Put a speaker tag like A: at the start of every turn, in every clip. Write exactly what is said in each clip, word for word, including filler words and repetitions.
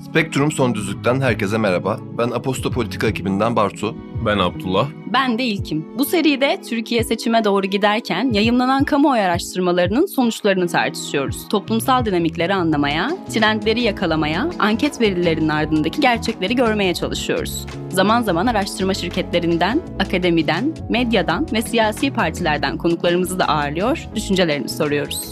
A: Spektrum Son Düzlük'ten herkese merhaba. Ben Aposto Politika ekibinden Bartu.
B: Ben Abdullah.
C: Ben de İlkim. Bu seride Türkiye seçime doğru giderken yayımlanan kamuoyu araştırmalarının sonuçlarını tartışıyoruz. Toplumsal dinamikleri anlamaya, trendleri yakalamaya, anket verilerinin ardındaki gerçekleri görmeye çalışıyoruz. Zaman zaman araştırma şirketlerinden, akademiden, medyadan ve siyasi partilerden konuklarımızı da ağırlıyor, düşüncelerini soruyoruz.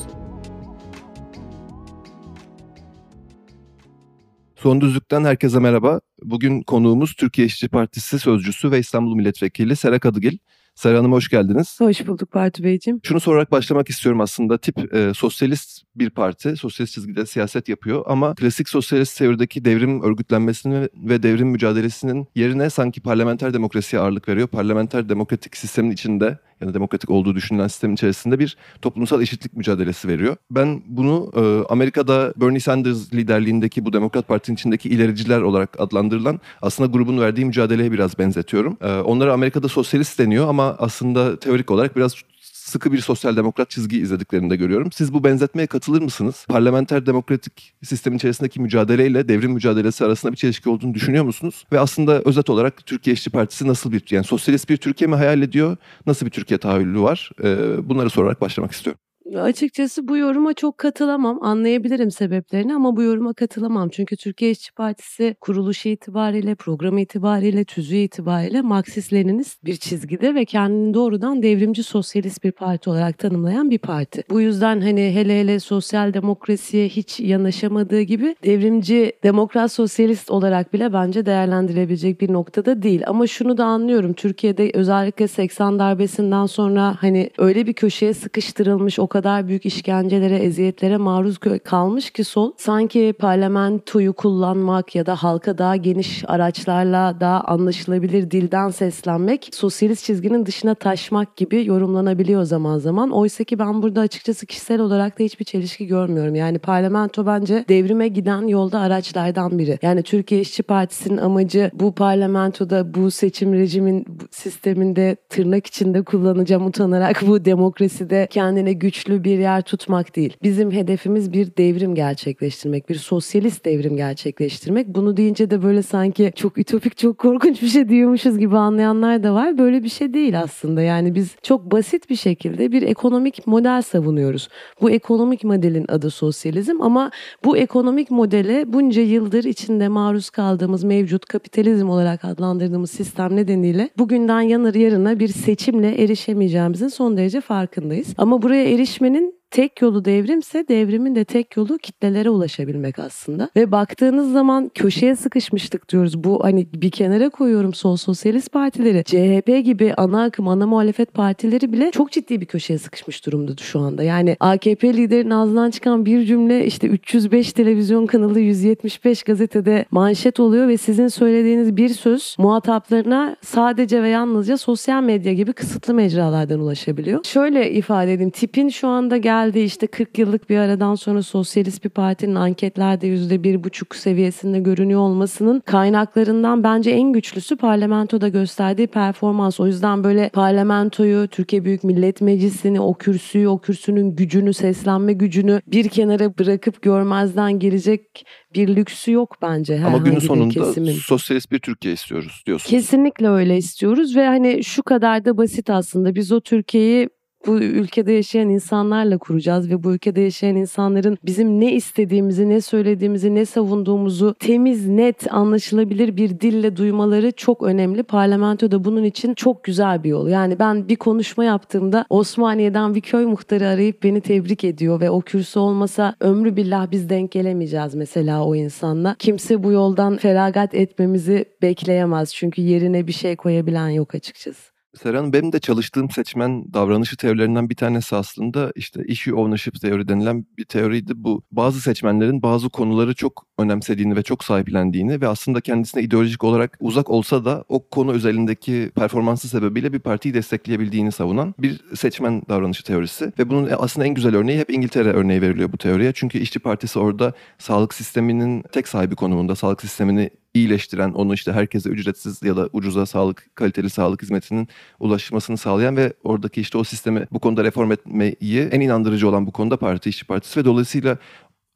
A: Son Düzlük'ten herkese merhaba. Bugün konuğumuz Türkiye İşçi Partisi Sözcüsü ve İstanbul Milletvekili Sera Kadıgil. Sera Hanım hoş geldiniz.
D: Hoş bulduk Bartu Beyciğim.
A: Şunu sorarak başlamak istiyorum aslında. Tip e, sosyalist bir parti, sosyalist çizgide siyaset yapıyor ama klasik sosyalist teorideki devrim örgütlenmesinin ve devrim mücadelesinin yerine sanki parlamenter demokrasiye ağırlık veriyor. Parlamenter demokratik sistemin içinde, yani demokratik olduğu düşünülen sistemin içerisinde bir toplumsal eşitlik mücadelesi veriyor. Ben bunu e, Amerika'da Bernie Sanders liderliğindeki bu Demokrat Parti'nin içindeki ilericiler olarak adlandırılan aslında grubun verdiği mücadeleye biraz benzetiyorum. E, onlara Amerika'da sosyalist deniyor ama aslında teorik olarak biraz sıkı bir sosyal demokrat çizgi izlediklerini de görüyorum. Siz bu benzetmeye katılır mısınız? Parlamenter demokratik sistemin içerisindeki mücadeleyle devrim mücadelesi arasında bir çelişki olduğunu düşünüyor musunuz? Ve aslında özet olarak Türkiye İşçi Partisi nasıl bir, yani sosyalist bir Türkiye mi hayal ediyor? Nasıl bir Türkiye tahayyülü var? Ee, bunları sorarak başlamak istiyorum.
D: Açıkçası bu yoruma çok katılamam. Anlayabilirim sebeplerini ama bu yoruma katılamam. Çünkü Türkiye İşçi Partisi kuruluşu itibariyle, programı itibariyle, tüzüğü itibariyle Marksist-Leninist bir çizgide ve kendini doğrudan devrimci sosyalist bir parti olarak tanımlayan bir parti. Bu yüzden hani hele hele sosyal demokrasiye hiç yanaşamadığı gibi devrimci demokrat sosyalist olarak bile bence değerlendirebilecek bir noktada değil. Ama şunu da anlıyorum. Türkiye'de özellikle seksen darbesinden sonra hani öyle bir köşeye sıkıştırılmış, o kadar büyük işkencelere, eziyetlere maruz kalmış ki sol, sanki parlamentoyu kullanmak ya da halka daha geniş araçlarla daha anlaşılabilir dilden seslenmek sosyalist çizginin dışına taşmak gibi yorumlanabiliyor zaman zaman. Oysa ki ben burada açıkçası kişisel olarak da hiçbir çelişki görmüyorum. Yani parlamento bence devrime giden yolda araçlardan biri. Yani Türkiye İşçi Partisi'nin amacı bu parlamentoda, bu seçim rejimin sisteminde tırnak içinde kullanacağım utanarak bu demokraside kendine güçlü bir yer tutmak değil. Bizim hedefimiz bir devrim gerçekleştirmek, bir sosyalist devrim gerçekleştirmek. Bunu deyince de böyle sanki çok ütopik, çok korkunç bir şey diyormuşuz gibi anlayanlar da var. Böyle bir şey değil aslında. Yani biz çok basit bir şekilde bir ekonomik model savunuyoruz. Bu ekonomik modelin adı sosyalizm ama bu ekonomik modele bunca yıldır içinde maruz kaldığımız mevcut kapitalizm olarak adlandırdığımız sistem nedeniyle bugünden yanır yarına bir seçimle erişemeyeceğimizin son derece farkındayız. Ama buraya erişmenin tek yolu devrimse devrimin de tek yolu kitlelere ulaşabilmek aslında. Ve baktığınız zaman köşeye sıkışmıştık diyoruz. Bu hani bir kenara koyuyorum sol sosyalist partileri. C H P gibi ana akım, ana muhalefet partileri bile çok ciddi bir köşeye sıkışmış durumda şu anda. Yani A K P liderinin ağzından çıkan bir cümle işte üç yüz beş televizyon kanalı, yüz yetmiş beş gazetede manşet oluyor ve sizin söylediğiniz bir söz muhataplarına sadece ve yalnızca sosyal medya gibi kısıtlı mecralardan ulaşabiliyor. Şöyle ifade edeyim. Tipin şu anda gel geldi işte kırk yıllık bir aradan sonra sosyalist bir partinin anketlerde yüzde bir buçuk seviyesinde görünüyor olmasının kaynaklarından bence en güçlüsü parlamentoda gösterdiği performans. O yüzden böyle parlamentoyu, Türkiye Büyük Millet Meclisi'ni, o kürsüyü, o kürsünün gücünü, seslenme gücünü bir kenara bırakıp görmezden gelecek bir lüksü yok bence.
A: Ama günün sonunda
D: kesimin.
A: sosyalist bir Türkiye istiyoruz diyorsunuz.
D: Kesinlikle öyle istiyoruz ve hani şu kadar da basit aslında. Biz o Türkiye'yi bu ülkede yaşayan insanlarla kuracağız ve bu ülkede yaşayan insanların bizim ne istediğimizi, ne söylediğimizi, ne savunduğumuzu temiz, net, anlaşılabilir bir dille duymaları çok önemli. Parlamento da bunun için çok güzel bir yol. Yani ben bir konuşma yaptığımda Osmaniye'den bir köy muhtarı arayıp beni tebrik ediyor ve o kürsü olmasa ömrü billah biz denk gelemeyeceğiz mesela o insanla. Kimse bu yoldan feragat etmemizi bekleyemez çünkü yerine bir şey koyabilen yok açıkçası.
A: Sera Hanım, benim de çalıştığım seçmen davranışı teorilerinden bir tanesi aslında işte issue ownership teori denilen bir teoriydi. Bu bazı seçmenlerin bazı konuları çok önemsediğini ve çok sahiplendiğini ve aslında kendisine ideolojik olarak uzak olsa da o konu özelindeki performansı sebebiyle bir partiyi destekleyebildiğini savunan bir seçmen davranışı teorisi. Ve bunun aslında en güzel örneği hep İngiltere örneği veriliyor bu teoriye. Çünkü İşçi Partisi orada sağlık sisteminin tek sahibi konumunda, sağlık sistemini iyileştiren, onu işte herkese ücretsiz ya da ucuza sağlık, kaliteli sağlık hizmetinin ulaşmasını sağlayan ve oradaki işte o sistemi bu konuda reform etmeyi en inandırıcı olan bu konuda parti, İşçi Partisi ve dolayısıyla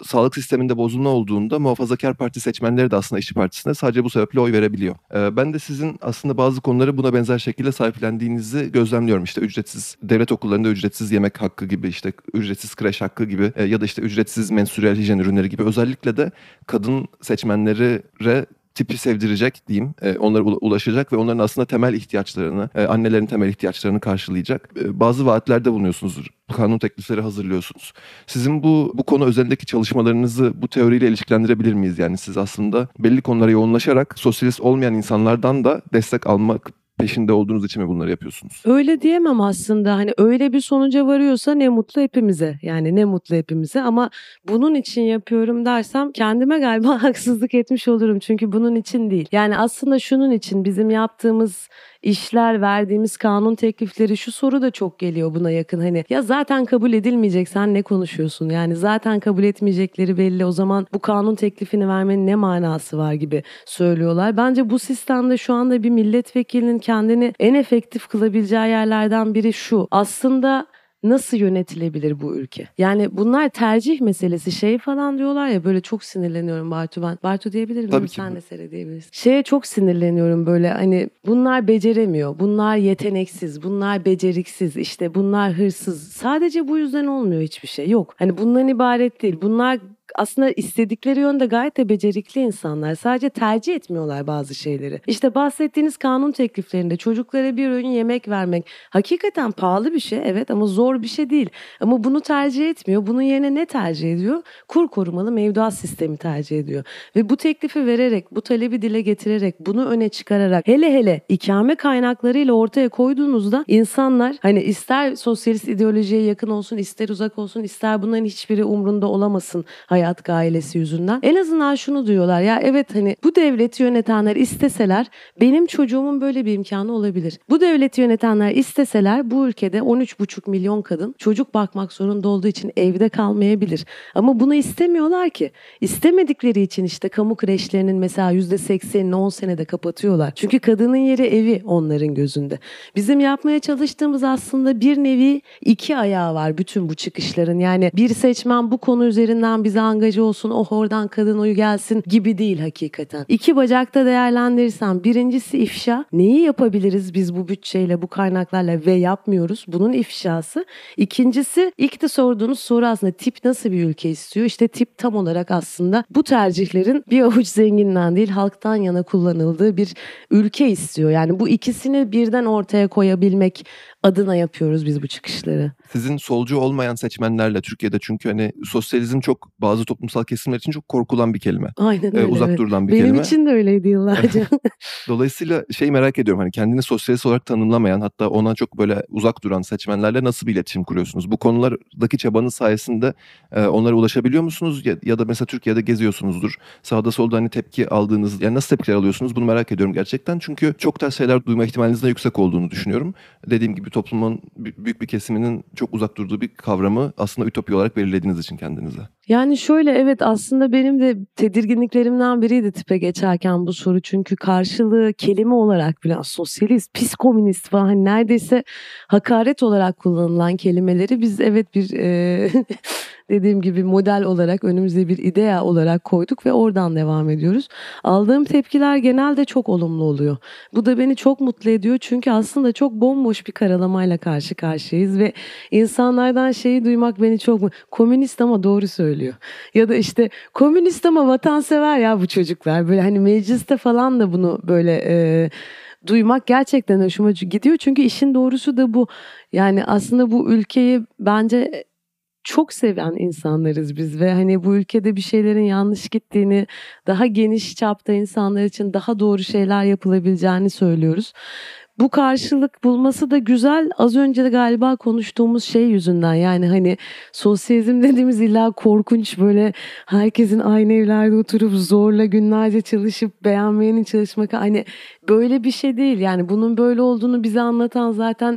A: sağlık sisteminde bozulma olduğunda Muhafazakar Parti seçmenleri de aslında İşçi Partisi'ne sadece bu sebeple oy verebiliyor. Ee, ben de sizin aslında bazı konuları buna benzer şekilde sahiplendiğinizi gözlemliyorum. İşte ücretsiz devlet okullarında ücretsiz yemek hakkı gibi, işte ücretsiz kreş hakkı gibi e, ya da işte ücretsiz menstrüel hijyen ürünleri gibi, özellikle de kadın seçmenlere tipi sevdirecek diyeyim, e, onlara ulaşacak ve onların aslında temel ihtiyaçlarını, e, annelerin temel ihtiyaçlarını karşılayacak e, bazı vaatlerde bulunuyorsunuz. Kanun teklifleri hazırlıyorsunuz. Sizin bu bu konu üzerindeki çalışmalarınızı bu teoriyle ilişkilendirebilir miyiz? Yani siz aslında belli konulara yoğunlaşarak sosyalist olmayan insanlardan da destek almak peşinde olduğunuz için mi bunları yapıyorsunuz?
D: Öyle diyemem aslında. Hani öyle bir sonuca varıyorsa ne mutlu hepimize. Yani ne mutlu hepimize, ama bunun için yapıyorum dersem kendime galiba haksızlık etmiş olurum. Çünkü bunun için değil. Yani aslında şunun için bizim yaptığımız işler, verdiğimiz kanun teklifleri, şu soru da çok geliyor buna yakın. Hani ya zaten kabul edilmeyecek, sen ne konuşuyorsun? Yani zaten kabul etmeyecekleri belli, o zaman bu kanun teklifini vermenin ne manası var gibi söylüyorlar. Bence bu sistemde şu anda bir milletvekilinin kendini en efektif kılabileceği yerlerden biri şu: aslında nasıl yönetilebilir bu ülke? Yani bunlar tercih meselesi. Şey falan diyorlar ya, böyle çok sinirleniyorum Bartu ben. Bartu diyebilir miyim?
A: Tabii ki.
D: Sen de Sere diyebilirsin. Şeye çok sinirleniyorum böyle, hani bunlar beceremiyor, bunlar yeteneksiz, bunlar beceriksiz, işte bunlar hırsız. Sadece bu yüzden olmuyor hiçbir şey. Yok. Hani bundan ibaret değil. Bunlar aslında istedikleri yönde gayet de becerikli insanlar. Sadece tercih etmiyorlar bazı şeyleri. İşte bahsettiğiniz kanun tekliflerinde çocuklara bir öğün yemek vermek hakikaten pahalı bir şey, evet, ama zor bir şey değil. Ama bunu tercih etmiyor. Bunun yerine ne tercih ediyor? Kur korumalı mevduat sistemi tercih ediyor. Ve bu teklifi vererek, bu talebi dile getirerek, bunu öne çıkararak, hele hele ikame kaynaklarıyla ortaya koyduğunuzda insanlar, hani ister sosyalist ideolojiye yakın olsun, ister uzak olsun, ister bunların hiçbiri umrunda olamasın hayat ailesi yüzünden, en azından şunu diyorlar: ya evet, hani bu devleti yönetenler isteseler benim çocuğumun böyle bir imkanı olabilir. Bu devleti yönetenler isteseler bu ülkede on üç buçuk milyon kadın çocuk bakmak zorunda olduğu için evde kalmayabilir. Ama bunu istemiyorlar ki. İstemedikleri için işte kamu kreşlerinin mesela yüzde seksenini on senede kapatıyorlar. Çünkü kadının yeri evi onların gözünde. Bizim yapmaya çalıştığımız aslında bir nevi iki ayağı var bütün bu çıkışların. Yani bir seçmen bu konu üzerinden bize angaja olsun, oh oradan kadın oyu gelsin gibi değil hakikaten. İki bacakta değerlendirirsen, birincisi ifşa. Neyi yapabiliriz biz bu bütçeyle, bu kaynaklarla ve yapmıyoruz? Bunun ifşası. İkincisi, ilk de sorduğunuz soru aslında tip nasıl bir ülke istiyor? İşte tip tam olarak aslında bu tercihlerin bir avuç zenginden değil halktan yana kullanıldığı bir ülke istiyor. Yani bu ikisini birden ortaya koyabilmek adına yapıyoruz biz bu çıkışları.
A: Sizin solcu olmayan seçmenlerle Türkiye'de, çünkü hani sosyalizm çok bazı toplumsal kesimler için çok korkulan bir kelime.
D: Aynen öyle.
A: Ee, uzak
D: evet.
A: durulan bir
D: Benim
A: kelime.
D: için de öyleydi yıllarca.
A: Dolayısıyla şey merak ediyorum, hani kendini sosyalist olarak tanımlamayan, hatta ona çok böyle uzak duran seçmenlerle nasıl bir iletişim kuruyorsunuz? Bu konulardaki çabanız sayesinde e, onlara ulaşabiliyor musunuz? Ya, ya da mesela Türkiye'de geziyorsunuzdur. Sağda solda hani tepki aldığınız, yani nasıl tepkiler alıyorsunuz? Bunu merak ediyorum gerçekten. Çünkü çok ters şeyler duyma ihtimalinizin de yüksek olduğunu düşünüyorum. Dediğim gibi toplumun büyük bir kesiminin çok uzak durduğu bir kavramı aslında ütopi olarak belirlediğiniz için kendinize.
D: Yani şöyle, evet, aslında benim de tedirginliklerimden biriydi tipe geçerken bu soru. Çünkü karşılığı kelime olarak bile sosyalist, pis komünist falan, hani neredeyse hakaret olarak kullanılan kelimeleri biz evet bir e, dediğim gibi model olarak önümüze bir idea olarak koyduk ve oradan devam ediyoruz. Aldığım tepkiler genelde çok olumlu oluyor. Bu da beni çok mutlu ediyor çünkü aslında çok bomboş bir karalamayla karşı karşıyayız ve insanlardan şeyi duymak beni çok komünist ama doğru söylüyor. Ya da işte komünist ama vatansever ya bu çocuklar. Böyle hani mecliste falan da bunu böyle e, duymak gerçekten hoşuma gidiyor. Çünkü işin doğrusu da bu. Yani aslında bu ülkeyi bence çok seven insanlarız biz ve hani bu ülkede bir şeylerin yanlış gittiğini, daha geniş çapta insanlar için daha doğru şeyler yapılabileceğini söylüyoruz. Bu karşılık bulması da güzel. Az önce de galiba konuştuğumuz şey yüzünden, yani hani sosyalizm dediğimiz illa korkunç, böyle herkesin aynı evlerde oturup zorla günlerce çalışıp beğenmeyenin çalışmak, hani böyle bir şey değil. Yani bunun böyle olduğunu bize anlatan zaten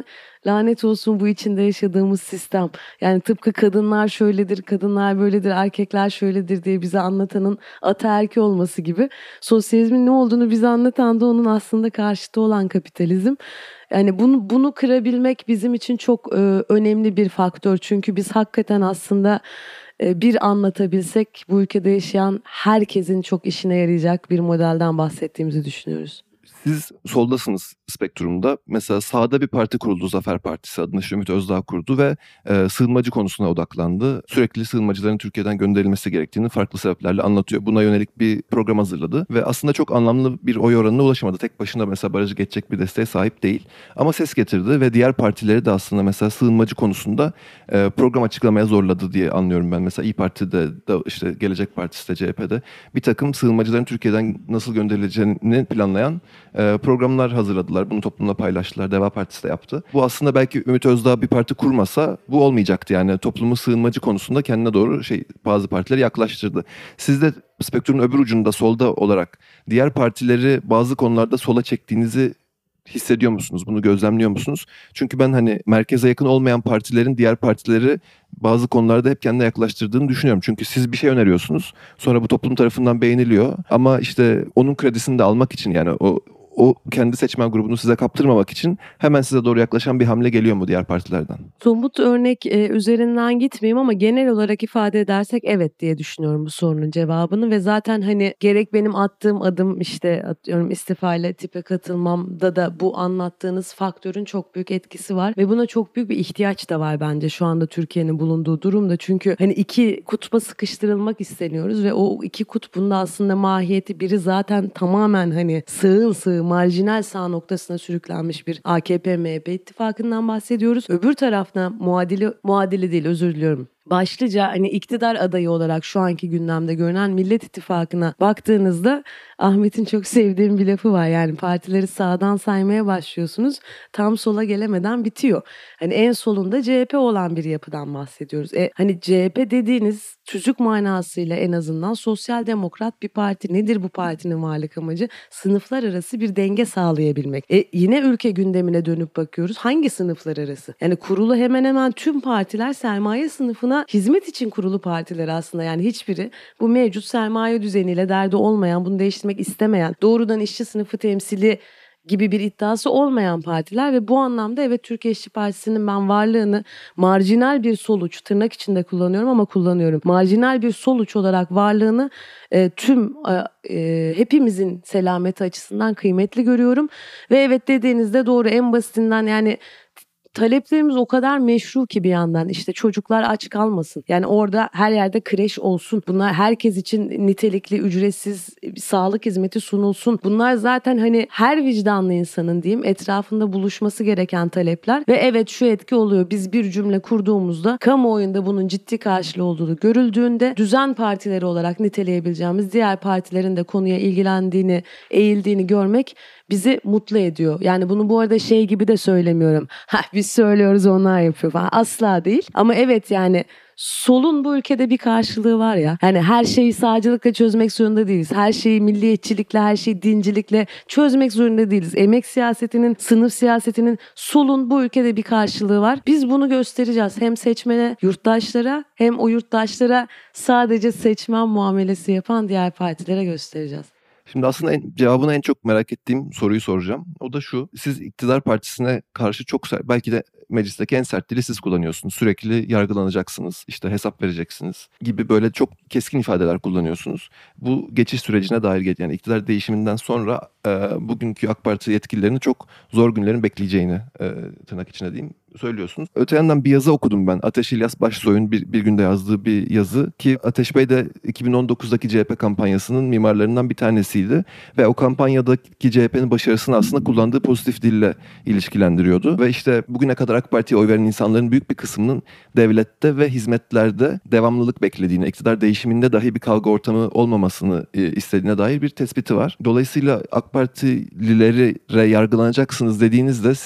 D: Lanet olsun bu içinde yaşadığımız sistem. Yani tıpkı kadınlar şöyledir, kadınlar böyledir, erkekler şöyledir diye bize anlatanın ataerki olması gibi. Sosyalizmin ne olduğunu bize anlatan da onun aslında karşıtı olan kapitalizm. Yani bunu bunu kırabilmek bizim için çok e, önemli bir faktör. Çünkü biz hakikaten aslında e, bir anlatabilsek bu ülkede yaşayan herkesin çok işine yarayacak bir modelden bahsettiğimizi düşünüyoruz.
A: Siz soldasınız spektrumda. Mesela sağda bir parti kuruldu, Zafer Partisi adına Ümit Özdağ kurdu ve e, sığınmacı konusuna odaklandı. Sürekli sığınmacıların Türkiye'den gönderilmesi gerektiğini farklı sebeplerle anlatıyor. Buna yönelik bir program hazırladı ve aslında çok anlamlı bir oy oranına ulaşamadı. Tek başına mesela barajı geçecek bir desteğe sahip değil. Ama ses getirdi ve diğer partileri de aslında mesela sığınmacı konusunda e, program açıklamaya zorladı diye anlıyorum ben. Mesela İYİ Parti'de, de, işte Gelecek Partisi de, C H P'de bir takım sığınmacıların Türkiye'den nasıl gönderileceğini planlayan e, programlar hazırladılar. Bunu toplumla paylaştılar. Deva Partisi de yaptı. Bu aslında belki Ümit Özdağ bir parti kurmasa bu olmayacaktı. Yani toplumu sığınmacı konusunda kendine doğru şey bazı partileri yaklaştırdı. Siz de spektrumun öbür ucunda solda olarak diğer partileri bazı konularda sola çektiğinizi hissediyor musunuz? Bunu gözlemliyor musunuz? Çünkü ben hani merkeze yakın olmayan partilerin diğer partileri bazı konularda hep kendine yaklaştırdığını düşünüyorum. Çünkü siz bir şey öneriyorsunuz. Sonra bu toplum tarafından beğeniliyor. Ama işte onun kredisini de almak için yani o o kendi seçmen grubunu size kaptırmamak için hemen size doğru yaklaşan bir hamle geliyor mu diğer partilerden?
D: Somut örnek e, üzerinden gitmeyeyim ama genel olarak ifade edersek evet diye düşünüyorum bu sorunun cevabını ve zaten hani gerek benim attığım adım işte atıyorum istifa ile tipe katılmamda da bu anlattığınız faktörün çok büyük etkisi var ve buna çok büyük bir ihtiyaç da var bence şu anda Türkiye'nin bulunduğu durumda. Çünkü hani iki kutba sıkıştırılmak isteniyoruz ve o iki kutbun da aslında mahiyeti biri zaten tamamen hani sığın sığın marjinal sağ noktasına sürüklenmiş bir A K P M H P ittifakından bahsediyoruz. Öbür tarafta muadili muadili değil özür diliyorum. Başlıca hani iktidar adayı olarak şu anki gündemde görünen Millet İttifakı'na baktığınızda Ahmet'in çok sevdiğim bir lafı var. Yani partileri sağdan saymaya başlıyorsunuz. Tam sola gelemeden bitiyor. Hani en solunda C H P olan bir yapıdan bahsediyoruz. E, hani C H P dediğiniz tüzük manasıyla en azından sosyal demokrat bir parti. Nedir bu partinin varlık amacı? Sınıflar arası bir denge sağlayabilmek. E, yine ülke gündemine dönüp bakıyoruz. Hangi sınıflar arası? Yani kurulu hemen hemen tüm partiler sermaye sınıfına hizmet için kurulu partiler aslında. Yani hiçbiri bu mevcut sermaye düzeniyle derdi olmayan, bunu değiştirmek istemeyen, doğrudan işçi sınıfı temsili gibi bir iddiası olmayan partiler ve bu anlamda evet Türkiye İşçi Partisi'nin ben varlığını marjinal bir soluç, tırnak içinde kullanıyorum ama kullanıyorum. Marjinal bir soluç olarak varlığını e, tüm e, e, hepimizin selameti açısından kıymetli görüyorum. Ve evet dediğinizde doğru en basitinden yani taleplerimiz o kadar meşru ki bir yandan işte çocuklar aç kalmasın. Yani orada her yerde kreş olsun. Bunlar herkes için nitelikli, ücretsiz bir sağlık hizmeti sunulsun. Bunlar zaten hani her vicdanlı insanın diyeyim etrafında buluşması gereken talepler. Ve evet şu etki oluyor. Biz bir cümle kurduğumuzda kamuoyunda bunun ciddi karşılığı olduğu görüldüğünde düzen partileri olarak niteleyebileceğimiz diğer partilerin de konuya ilgilendiğini, eğildiğini görmek bizi mutlu ediyor. Yani bunu bu arada şey gibi de söylemiyorum. Ha biz söylüyoruz onlar yapıyor falan. Asla değil. Ama evet yani solun bu ülkede bir karşılığı var ya. Yani her şeyi sağcılıkla çözmek zorunda değiliz. Her şeyi milliyetçilikle, her şeyi dincilikle çözmek zorunda değiliz. Emek siyasetinin, sınıf siyasetinin solun bu ülkede bir karşılığı var. Biz bunu göstereceğiz. Hem seçmene, yurttaşlara hem o yurttaşlara sadece seçmen muamelesi yapan diğer partilere göstereceğiz.
A: Şimdi aslında en, cevabını en çok merak ettiğim soruyu soracağım. O da şu. Siz iktidar partisine karşı çok sert, belki de meclisteki en sert dili siz kullanıyorsunuz. Sürekli yargılanacaksınız, işte hesap vereceksiniz gibi böyle çok keskin ifadeler kullanıyorsunuz. Bu geçiş sürecine dair yani iktidar değişiminden sonra e, bugünkü AK Parti yetkililerinin çok zor günlerin bekleyeceğini e, tırnak içine diyeyim söylüyorsunuz. Öte yandan bir yazı okudum ben. Ateş İlyas Başsoy'un bir, bir günde yazdığı bir yazı ki Ateş Bey de iki bin on dokuzdaki C H P kampanyasının mimarlarından bir tanesiydi. Ve o kampanyadaki C H P'nin başarısını aslında kullandığı pozitif dille ilişkilendiriyordu. Ve işte bugüne kadar AK Parti'ye oy veren insanların büyük bir kısmının devlette ve hizmetlerde devamlılık beklediğini, iktidar değişiminde dahi bir kavga ortamı olmamasını istediğine dair bir tespiti var. Dolayısıyla AK Partililere yargılanacaksınız dediğinizde siz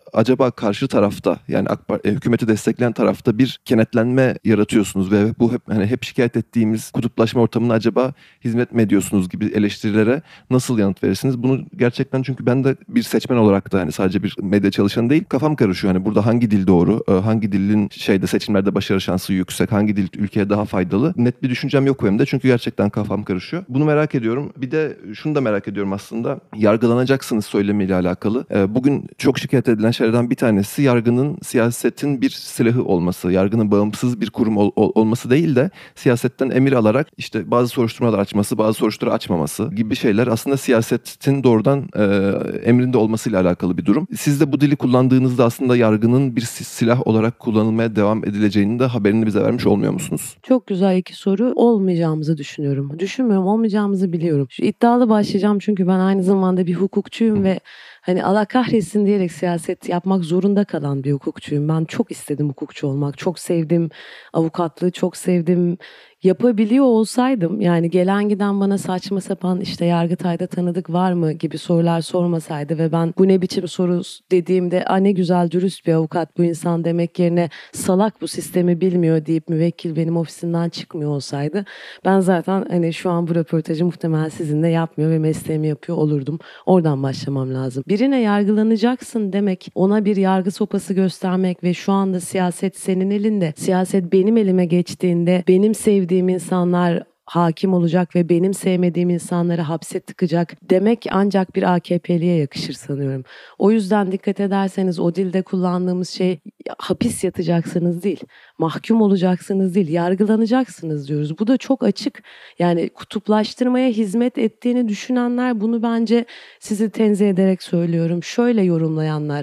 A: acaba karşı tarafta yani AK Parti, hükümeti destekleyen tarafta bir kenetlenme yaratıyorsunuz ve bu hep hani hep şikayet ettiğimiz kutuplaşma ortamına acaba hizmet mi ediyorsunuz gibi eleştirilere nasıl yanıt verirsiniz? Bunu gerçekten çünkü ben de bir seçmen olarak da hani sadece bir medya çalışanı değil, kafam karışıyor. Hani burada hangi dil doğru, hangi dilin şeyde seçimlerde başarı şansı yüksek, hangi dil ülkeye daha faydalı? Net bir düşüncem yok benim de çünkü gerçekten kafam karışıyor. Bunu merak ediyorum. Bir de şunu da merak ediyorum aslında. Yargılanacaksınız söylemiyle alakalı. Bugün çok şikayet edilen şeylerden bir tanesi yargının siyasetin bir silahı olması. Yargının bağımsız bir kurum ol, ol, olması değil de siyasetten emir alarak işte bazı soruşturmalar açması, bazı soruşturma açmaması gibi şeyler aslında siyasetin doğrudan e, emrinde olmasıyla alakalı bir durum. Siz de bu dili kullandığınızda aslında yargının bir silah olarak kullanılmaya devam edileceğini de haberini bize vermiş olmuyor musunuz?
D: Çok güzel iki soru. Olmayacağımızı düşünüyorum. Düşünmüyorum, olmayacağımızı biliyorum. Şu iddialı başlayacağım çünkü ben aynı zamanda bir hukukçuyum ve hani Allah kahretsin diyerek siyaset yapmak zorunda kalan bir hukukçuyum. Ben çok istedim hukukçu olmak. Çok sevdim avukatlığı, çok sevdim. Yapabiliyor olsaydım yani gelen giden bana saçma sapan işte Yargıtay'da tanıdık var mı gibi sorular sormasaydı ve ben bu ne biçim soru dediğimde a ne güzel dürüst bir avukat bu insan demek yerine salak bu sistemi bilmiyor deyip müvekkil benim ofisimden çıkmıyor olsaydı ben zaten hani şu an bu röportajı muhtemelen sizinle yapmıyor ve mesleğimi yapıyor olurdum. Oradan başlamam lazım. Birine yargılanacaksın demek, ona bir yargı sopası göstermek ve şu anda siyaset senin elinde, siyaset benim elime geçtiğinde benim sevdiğim sevdiğim insanlar hakim olacak ve benim sevmediğim insanları hapse tıkacak demek ancak bir A K P'liye yakışır sanıyorum. O yüzden dikkat ederseniz o dilde kullandığımız şey hapis yatacaksınız değil, mahkum olacaksınız değil, yargılanacaksınız diyoruz. Bu da çok açık. Yani kutuplaştırmaya hizmet ettiğini düşünenler bunu bence sizi tenzih ederek söylüyorum. Şöyle yorumlayanlar.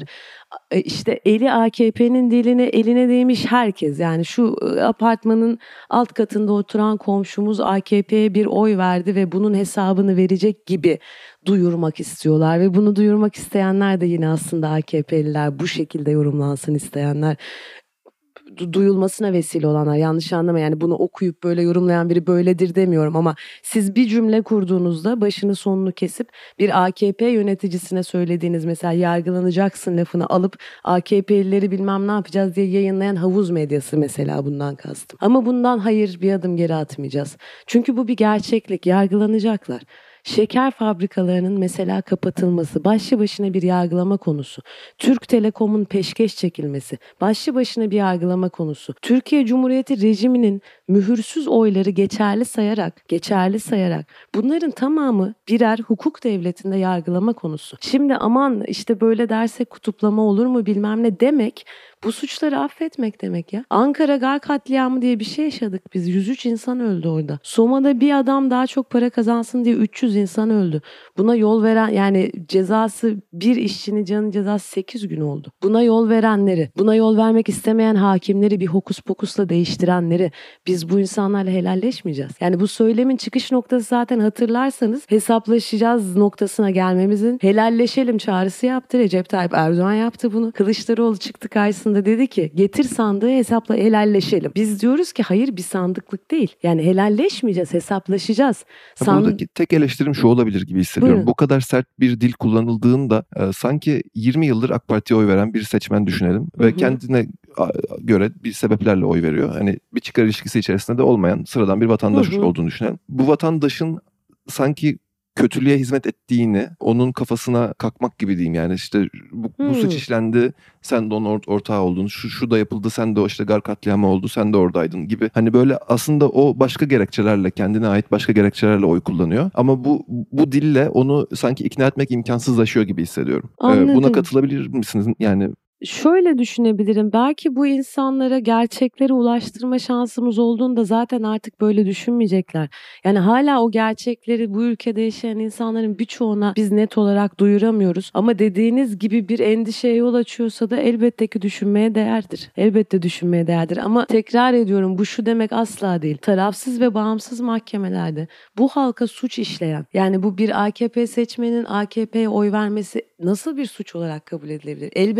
D: İşte eli A K P'nin dilini eline değmiş herkes yani şu apartmanın alt katında oturan komşumuz A K P'ye bir oy verdi ve bunun hesabını verecek gibi duyurmak istiyorlar ve bunu duyurmak isteyenler de yine aslında A K P'liler, bu şekilde yorumlansın isteyenler, duyulmasına vesile olanlar, yanlış anlama yani bunu okuyup böyle yorumlayan biri böyledir demiyorum ama siz bir cümle kurduğunuzda başını sonunu kesip bir A K P yöneticisine söylediğiniz mesela yargılanacaksın lafını alıp A K P'lileri bilmem ne yapacağız diye yayınlayan havuz medyası mesela bundan kastım. Ama bundan hayır bir adım geri atmayacağız. Çünkü bu bir gerçeklik, yargılanacaklar. Şeker fabrikalarının mesela kapatılması başlı başına bir yargılama konusu. Türk Telekom'un peşkeş çekilmesi başlı başına bir yargılama konusu. Türkiye Cumhuriyeti rejiminin mühürsüz oyları geçerli sayarak, geçerli sayarak bunların tamamı birer hukuk devletinde yargılama konusu. Şimdi aman işte böyle dersek kutuplama olur mu bilmem ne demek, bu suçları affetmek demek ya. Ankara Gar katliamı diye bir şey yaşadık biz. yüz üç insan öldü orada. Soma'da bir adam daha çok para kazansın diye üç yüz insan öldü. Buna yol veren yani cezası bir işçinin canı cezası sekiz gün oldu. Buna yol verenleri, buna yol vermek istemeyen hakimleri bir hokus pokusla değiştirenleri biz bu insanlarla helalleşmeyeceğiz. Yani bu söylemin çıkış noktası zaten hatırlarsanız hesaplaşacağız noktasına gelmemizin helalleşelim çağrısı yaptı. Recep Tayyip Erdoğan yaptı bunu. Kılıçdaroğlu çıktı karşısında dedi ki getir sandığı hesapla helalleşelim. Biz diyoruz ki hayır bir sandıklık değil. Yani helalleşmeyeceğiz, hesaplaşacağız.
A: Sand... Buradaki tek eleştirim şu olabilir gibi hissediyorum. Buyurun. Bu kadar sert bir dil kullanıldığında e, sanki yirmi yıldır AK Parti'ye oy veren bir seçmen düşünelim. Ve Hı-hı. kendine göre bir sebeplerle oy veriyor. Hani bir çıkar ilişkisi içerisinde de olmayan sıradan bir vatandaş Hı-hı. olduğunu düşünelim. Bu vatandaşın sanki kötülüğe hizmet ettiğini, onun kafasına kakmak gibi diyeyim yani işte bu, hmm. bu suç işlendi, sen de onun or- ortağı oldun, şu, şu da yapıldı, sen de o işte Gar katliamı oldu, sen de oradaydın gibi. Hani böyle aslında o başka gerekçelerle, kendine ait başka gerekçelerle oy kullanıyor. Ama bu bu dille onu sanki ikna etmek imkansızlaşıyor gibi hissediyorum. Ee, buna katılabilir misiniz? Yani
D: şöyle düşünebilirim. Belki bu insanlara gerçekleri ulaştırma şansımız olduğunda zaten artık böyle düşünmeyecekler. Yani hala o gerçekleri bu ülkede yaşayan insanların birçoğuna biz net olarak duyuramıyoruz. Ama dediğiniz gibi bir endişeye yol açıyorsa da elbette ki düşünmeye değerdir. Elbette düşünmeye değerdir. Ama tekrar ediyorum bu şu demek asla değil. Tarafsız ve bağımsız mahkemelerde bu halka suç işleyen, yani bu bir A K P seçmenin A K P'ye oy vermesi nasıl bir suç olarak kabul edilebilir? Elbette ki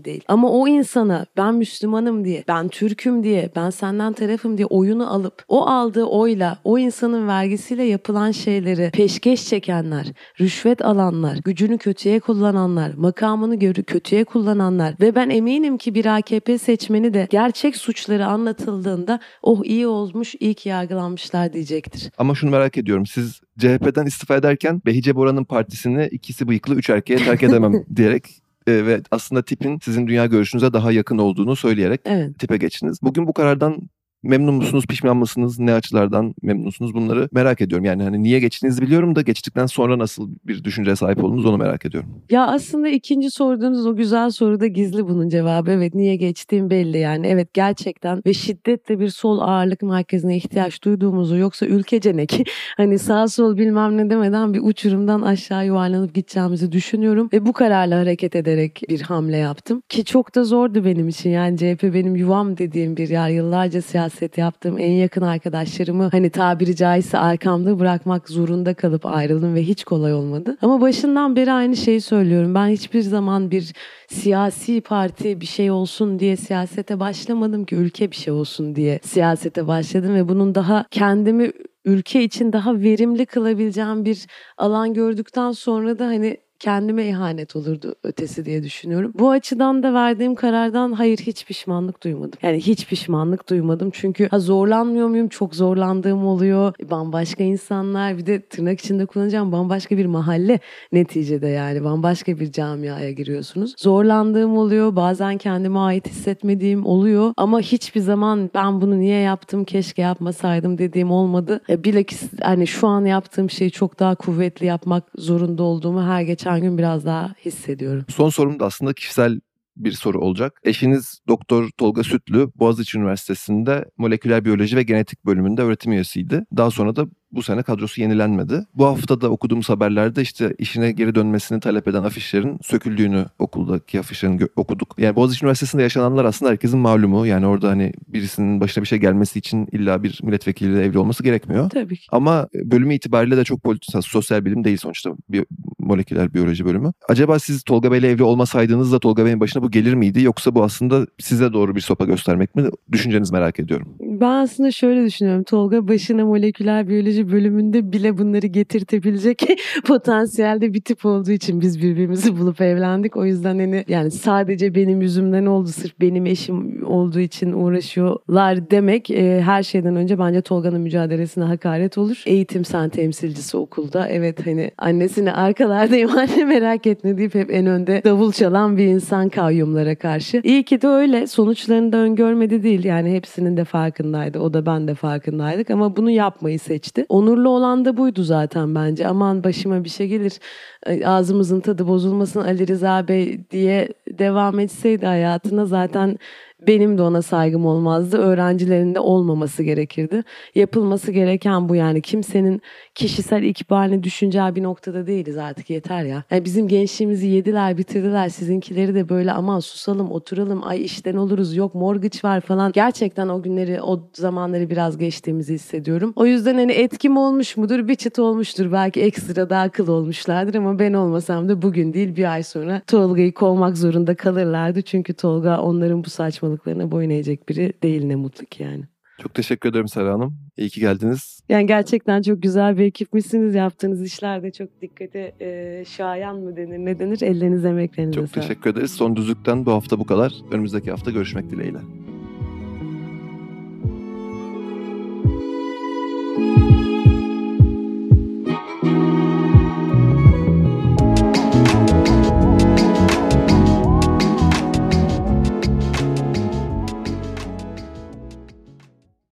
D: değil. Ama o insana ben Müslümanım diye, ben Türk'üm diye, ben senden tarafım diye oyunu alıp o aldığı oyla, o insanın vergisiyle yapılan şeyleri peşkeş çekenler, rüşvet alanlar, gücünü kötüye kullananlar, makamını görü kötüye kullananlar ve ben eminim ki bir A K P seçmeni de gerçek suçları anlatıldığında oh iyi olmuş, iyi ki yargılanmışlar diyecektir.
A: Ama şunu merak ediyorum. Siz C H P'den istifa ederken Behice Bora'nın partisini ikisi bıyıklı üç erkeğe terk edemem diyerek e, ve aslında tipin sizin dünya görüşünüze daha yakın olduğunu söyleyerek
D: Evet.
A: tipe geçtiniz. Bugün bu karardan memnun musunuz, pişman mısınız, ne açılardan memnunsunuz bunları merak ediyorum. Yani hani niye geçtiğinizi biliyorum da geçtikten sonra nasıl bir düşünceye sahip oldunuz onu merak ediyorum.
D: Ya aslında ikinci sorduğunuz o güzel soruda gizli bunun cevabı. Evet, niye geçtiğim belli yani. Evet, gerçekten ve şiddetle bir sol ağırlık merkezine ihtiyaç duyduğumuzu, yoksa ülkece ne ki hani sağ sol bilmem ne demeden bir uçurumdan aşağı yuvarlanıp gideceğimizi düşünüyorum ve bu kararla hareket ederek bir hamle yaptım ki çok da zordu benim için. Yani C H P benim yuvam dediğim bir yer, yıllarca siyaset yaptığım en yakın arkadaşlarımı hani tabiri caizse arkamda bırakmak zorunda kalıp ayrıldım ve hiç kolay olmadı. Ama başından beri aynı şeyi söylüyorum. Ben hiçbir zaman bir siyasi parti bir şey olsun diye siyasete başlamadım ki, ülke bir şey olsun diye siyasete başladım ve bunun daha kendimi ülke için daha verimli kılabileceğim bir alan gördükten sonra da hani kendime ihanet olurdu ötesi diye düşünüyorum. Bu açıdan da verdiğim karardan hayır, hiç pişmanlık duymadım. Yani hiç pişmanlık duymadım çünkü ha, zorlanmıyor muyum? Çok zorlandığım oluyor. Bambaşka insanlar, bir de tırnak içinde kullanacağım, bambaşka bir mahalle neticede, yani bambaşka bir camiaya giriyorsunuz. Zorlandığım oluyor. Bazen kendime ait hissetmediğim oluyor. Ama hiçbir zaman ben bunu niye yaptım, keşke yapmasaydım dediğim olmadı. Bilakis hani şu an yaptığım şeyi çok daha kuvvetli yapmak zorunda olduğumu her geçen Geçen gün biraz daha hissediyorum.
A: Son sorum da aslında kişisel bir soru olacak. Eşiniz Doktor Tolga Sütlü, Boğaziçi Üniversitesi'nde moleküler biyoloji ve genetik bölümünde öğretim üyesiydi. Daha sonra da bu sene kadrosu yenilenmedi. Bu hafta da okuduğumuz haberlerde işte işine geri dönmesini talep eden afişlerin söküldüğünü, okuldaki afişlerin gö- okuduk. Yani Boğaziçi Üniversitesi'nde yaşananlar aslında herkesin malumu. Yani orada hani birisinin başına bir şey gelmesi için illa bir milletvekiliyle evli olması gerekmiyor.
D: Tabii ki.
A: Ama bölümü itibariyle de çok politik, sosyal bilim değil sonuçta, bir moleküler biyoloji bölümü. Acaba siz Tolga Bey'le evli olmasaydınız da Tolga Bey'in başına bu gelir miydi? Yoksa bu aslında size doğru bir sopa göstermek mi? Düşüncenizi merak ediyorum.
D: Ben aslında şöyle düşünüyorum. Tolga başına moleküler biyoloji bölümünde bile bunları getirtebilecek potansiyelde bir tip olduğu için biz birbirimizi bulup evlendik. O yüzden hani yani sadece benim yüzümden oldu, sırf benim eşim olduğu için uğraşıyorlar demek e, her şeyden önce bence Tolga'nın mücadelesine hakaret olur. Eğitim sen temsilcisi okulda. Evet, hani annesini arkalardayım anne merak etme deyip hep en önde davul çalan bir insan kayyumlara karşı. İyi ki de öyle. Sonuçlarını da öngörmedi değil. Yani hepsinin de farkındaydı. O da ben de farkındaydık ama bunu yapmayı seçti. Onurlu olan da buydu zaten bence. Aman başıma bir şey gelir, ağzımızın tadı bozulmasın Ali Rıza Bey diye devam etseydi hayatına, zaten benim de ona saygım olmazdı. Öğrencilerin de olmaması gerekirdi. Yapılması gereken bu yani. Kimsenin kişisel ikbalini düşüneceği bir noktada değiliz artık, yeter ya. Yani bizim gençliğimizi yediler, bitirdiler. Sizinkileri de böyle aman susalım, oturalım, ay işten oluruz, yok mortgage var falan. Gerçekten o günleri, o zamanları biraz geçtiğimizi hissediyorum. O yüzden hani etkim olmuş mudur? Bir çıt olmuştur. Belki ekstra daha akıl olmuşlardır ama ben olmasam da bugün değil bir ay sonra Tolga'yı kovmak zorunda kalırlardı. Çünkü Tolga onların bu saçmalıklarına boyun eğecek biri değil, ne mutlu ki yani.
A: Çok teşekkür ederim Serra Hanım. İyi ki geldiniz.
D: Yani gerçekten çok güzel bir ekipmişsiniz. Yaptığınız işler de çok dikkate e, şayan mı denir, ne denir? Ellerinize, emeklerinize
A: Çok
D: sağlık.
A: teşekkür ederiz. Son Düzlük'ten bu hafta bu kadar. Önümüzdeki hafta görüşmek dileğiyle.